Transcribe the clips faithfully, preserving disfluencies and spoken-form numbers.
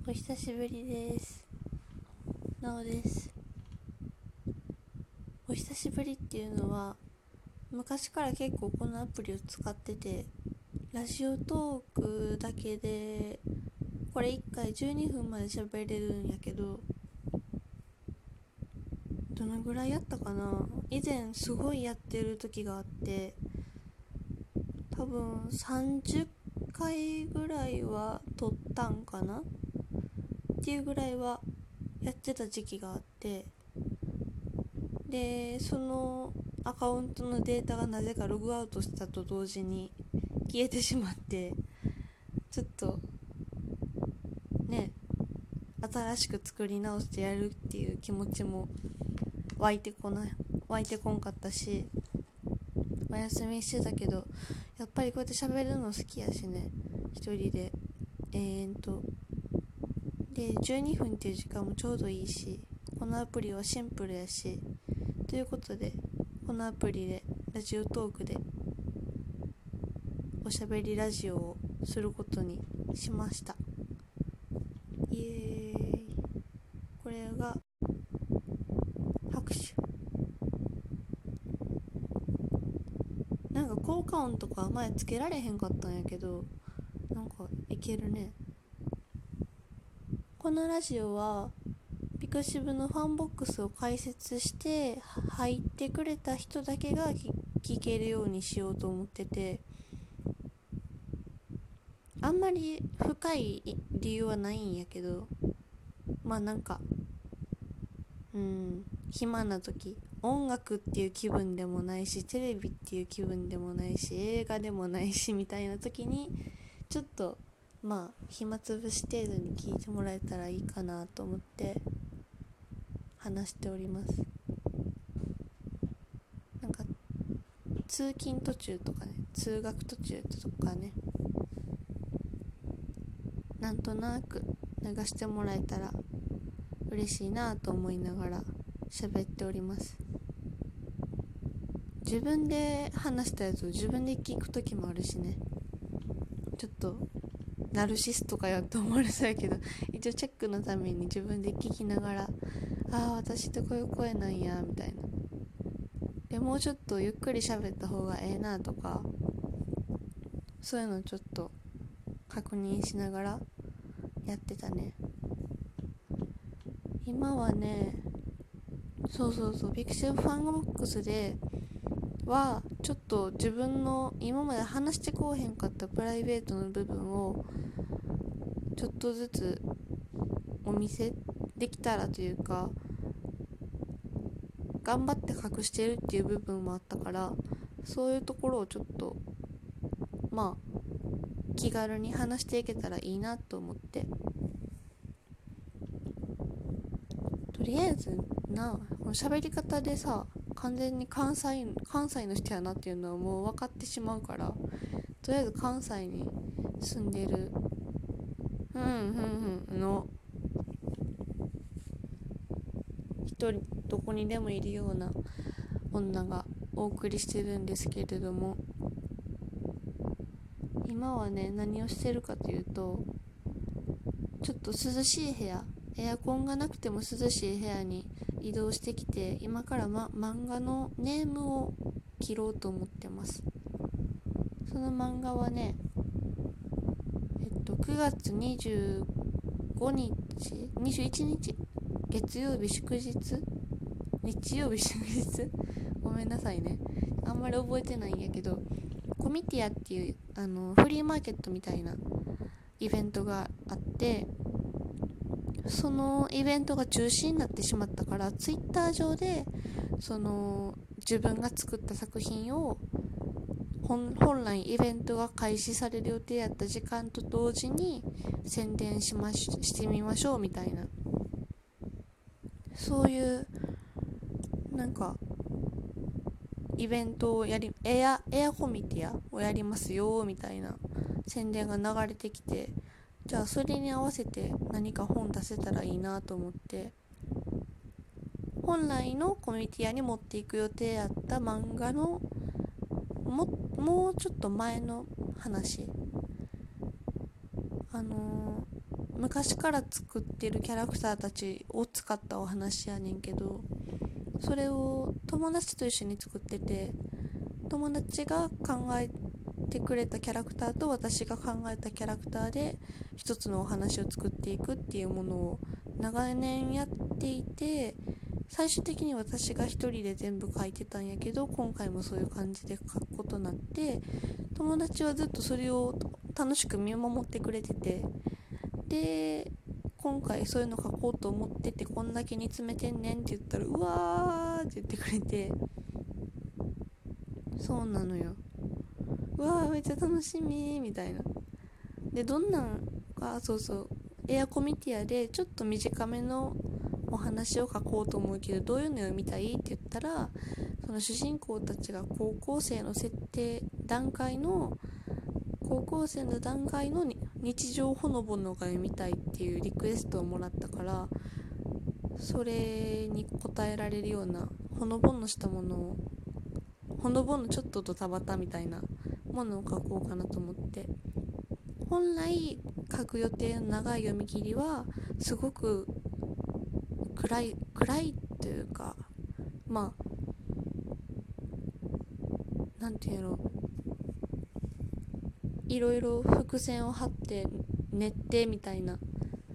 お久しぶりです。なおです。お久しぶりっていうのは、昔から結構このアプリを使ってて、ラジオトークだけでこれいっかいじゅうにふんまで喋れるんやけど、どのぐらいやったかな。以前すごいやってる時があって、多分さんじゅっかいぐらいは撮ったんかなっていうぐらいはやってた時期があって、でそのアカウントのデータがなぜかログアウトしたと同時に消えてしまって、ちょっとね、新しく作り直してやるっていう気持ちも湧いてこない湧いてこんかったし、お休みしてたけど、やっぱりこうやって喋るの好きやしね、一人でえーんとでじゅうにふんっていう時間もちょうどいいし、このアプリはシンプルやし、ということでこのアプリでラジオトークでおしゃべりラジオをすることにしました。イエーイ。これが拍手。なんか効果音とか前つけられへんかったんやけど、なんかいけるね。このラジオはピクシブのファンボックスを開設して入ってくれた人だけが聞けるようにしようと思ってて、あんまり深い理由はないんやけど、まあなんかうん暇な時、音楽っていう気分でもないし、テレビっていう気分でもないし、映画でもないしみたいな時にちょっとまあ暇つぶし程度に聞いてもらえたらいいかなと思って話しております。なんか通勤途中とかね、通学途中とかね、なんとなく流してもらえたら嬉しいなと思いながら喋っております。自分で話したやつを自分で聞くときもあるしね、ちょっとナルシストかよって思われそうやけど、一応チェックのために自分で聞きながら、ああ私ってこういう声なんやみたいな、でもうちょっとゆっくり喋った方がええなとか、そういうのちょっと確認しながらやってたね。今はね、そうそうそう、ピクシブファンボックスではちょっと自分の今まで話してこうへんかったプライベートの部分をちょっとずつお見せできたらというか、頑張って隠してるっていう部分もあったから、そういうところをちょっとまあ気軽に話していけたらいいなと思って、とりあえずな、この喋り方でさ、完全に関西関西の人やなっていうのはもう分かってしまうから、とりあえず関西に住んでるふんふんふんの一人、どこにでもいるような女がお送りしてるんですけれども、今はね何をしてるかというと、ちょっと涼しい部屋、エアコンがなくても涼しい部屋に移動してきて、今から、ま、漫画のネームを切ろうと思ってます。その漫画はね、えっとくがつにじゅうごにちにじゅういちにち月曜日祝日、日曜日祝日ごめんなさいね、あんまり覚えてないんやけど、コミティアっていうあのフリーマーケットみたいなイベントがあって、そのイベントが中止になってしまったから、ツイッター上でその自分が作った作品を本本来イベントが開始される予定やった時間と同時に宣伝しまししてみましょうみたいな、そういうなんかイベントをやり、エアエアコミティアをやりますよみたいな宣伝が流れてきて、じゃあそれに合わせて何か本出せたらいいなと思って、本来のコミティアに持っていく予定やった漫画のももうちょっと前の話、あの昔から作ってるキャラクターたちを使ったお話やねんけど、それを友達と一緒に作ってて、友達が考えてくれたキャラクターと私が考えたキャラクターで一つのお話を作っていくっていうものを長年やっていて、最終的に私が一人で全部書いてたんやけど、今回もそういう感じで書くことになって、友達はずっとそれを楽しく見守ってくれてて、で今回そういうの書こうと思ってて、こんだけ煮詰めてんねんって言ったら、うわーって言ってくれて、そうなのよ、うわーめっちゃ楽しみみたいな。でどんなんか、そうそう、エアコミティアでちょっと短めのお話を書こうと思うけど、どういうの読みたいって言ったら、その主人公たちが高校生の設定段階の高校生の段階の日常ほのぼのが読みたいっていうリクエストをもらったから、それに応えられるようなほのぼのしたものを、ほのぼのちょっとドタバタみたいなものを書こうかなと思って、本来書く予定の長い読み切りはすごく暗い暗いというか、まあなんていうの、いろいろ伏線を張って練ってみたいな、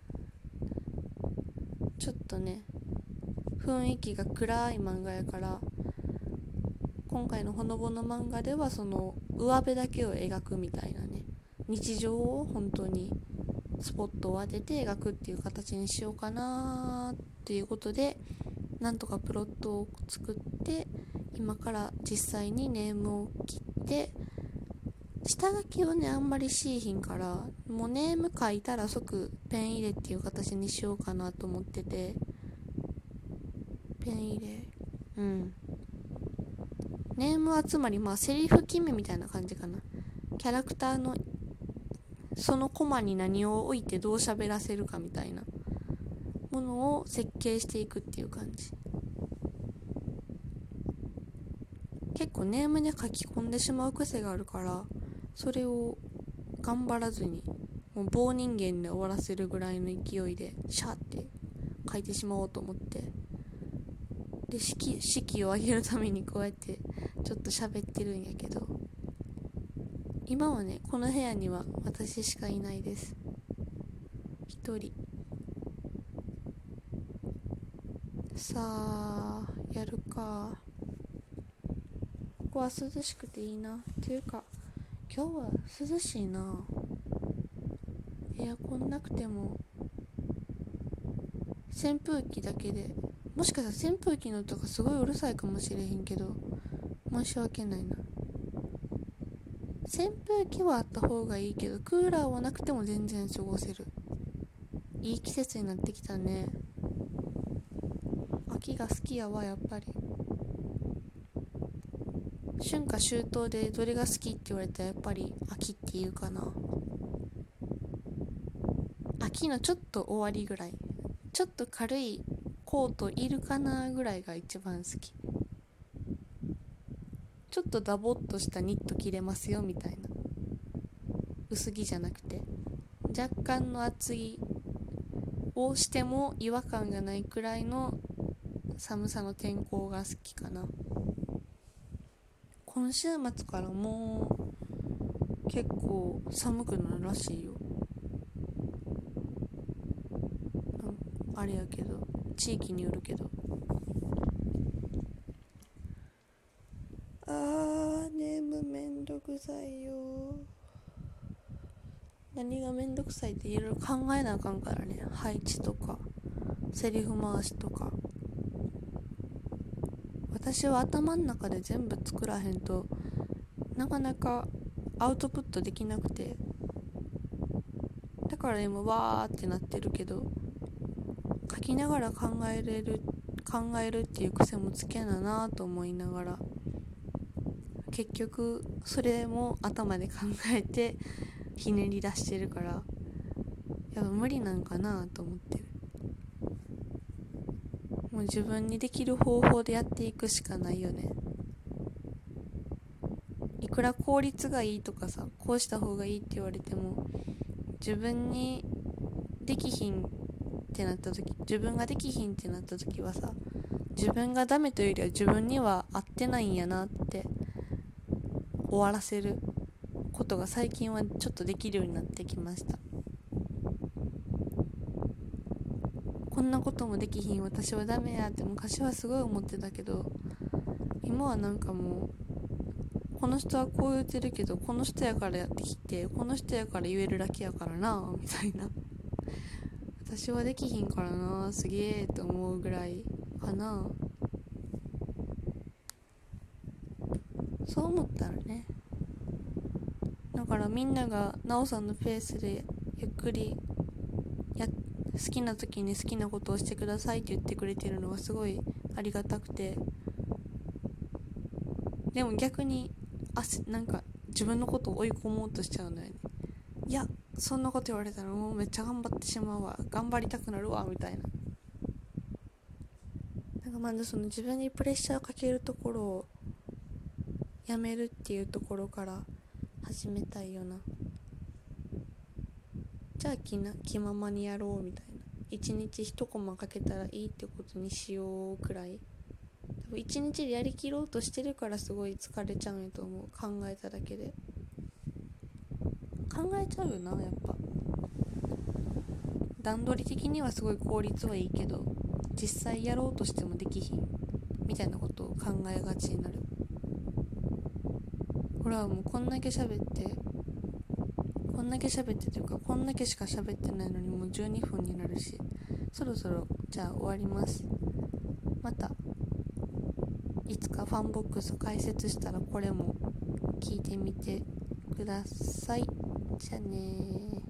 ちょっとね雰囲気が暗い漫画やから、今回のほのぼの漫画ではその上辺だけを描くみたいなね、日常を本当にスポットを当てて描くっていう形にしようかなっていうことで、なんとかプロットを作って、今から実際にネームを切って、下書きをねあんまりしいひんから、もうネーム書いたら即ペン入れっていう形にしようかなと思ってて、ペン入れ、うんネームはつまりまあセリフ決めみたいな感じかな。キャラクターのそのコマに何を置いてどう喋らせるかみたいなものを設計していくっていう感じ。結構ネームに書き込んでしまう癖があるから、それを頑張らずにもう棒人間で終わらせるぐらいの勢いでシャーって書いてしまおうと思って、で式式を上げるためにこうやってちょっと喋ってるんやけど、今はねこの部屋には私しかいないです。一人。さあやるか。ここは涼しくていいな。っていうか今日は涼しいな。エアコンなくても扇風機だけで、もしかしたら扇風機の音がすごいうるさいかもしれへんけど、申し訳ないな。扇風機はあった方がいいけど、クーラーはなくても全然過ごせる。いい季節になってきたね。秋が好きやわ、やっぱり。春夏秋冬でどれが好きって言われたらやっぱり秋っていうかな。秋のちょっと終わりぐらい、ちょっと軽いコートいるかなぐらいが一番好き。ちょっとダボっとしたニット着れますよみたいな、薄着じゃなくて若干の厚着をしても違和感がないくらいの寒さの天候が好きかな。今週末からもう結構寒くなるらしいよ。あれやけど地域によるけど。あーネームめんどくさいよ。何がめんどくさいっていろいろ考えなあかんからね。配置とかセリフ回しとか。私は頭の中で全部作らへんとなかなかアウトプットできなくて、だから今わーってなってるけど、書きながら考えれる考えるっていう癖もつけななと思いながら、結局それも頭で考えてひねり出してるから、やっぱ無理なんかなと思ってる。もう自分にできる方法でやっていくしかないよね。いくら効率がいいとかさ、こうした方がいいって言われても自分にできひんってなった時、自分ができひんってなった時はさ、自分がダメというよりは自分には合ってないんやなって終わらせることが最近はちょっとできるようになってきました。こんなこともできひん私はダメやって昔はすごい思ってたけど、今はなんかもうこの人はこう言ってるけどこの人やからやってきてこの人やから言えるだけやからなみたいな、私はできひんからなすげえと思うぐらいかな。そう思ったらね、だからみんながなおさんのペースでゆっくりや好きな時に好きなことをしてくださいって言ってくれてるのがすごいありがたくて、でも逆にあなんか自分のことを追い込もうとしちゃうのよね。いやそんなこと言われたらもうめっちゃ頑張ってしまうわ、頑張りたくなるわみたいな。なんかまずその自分にプレッシャーをかけるところをやめるっていうところから始めたいよな。じゃあ気な気ままにやろうみたいな、一日一コマかけたらいいってことにしようくらい。多分一日でやりきろうとしてるからすごい疲れちゃうんやと思う。考えただけで考えちゃうよな。やっぱ段取り的にはすごい効率はいいけど実際やろうとしてもできひんみたいなことを考えがちになる。ほらもうこんだけ喋ってこんだけ喋ってというかこんだけしか喋ってないのにもうじゅうにふんになるし、そろそろじゃあ終わります。またいつかファンボックス解説したらこれも聞いてみてください。じゃあねー。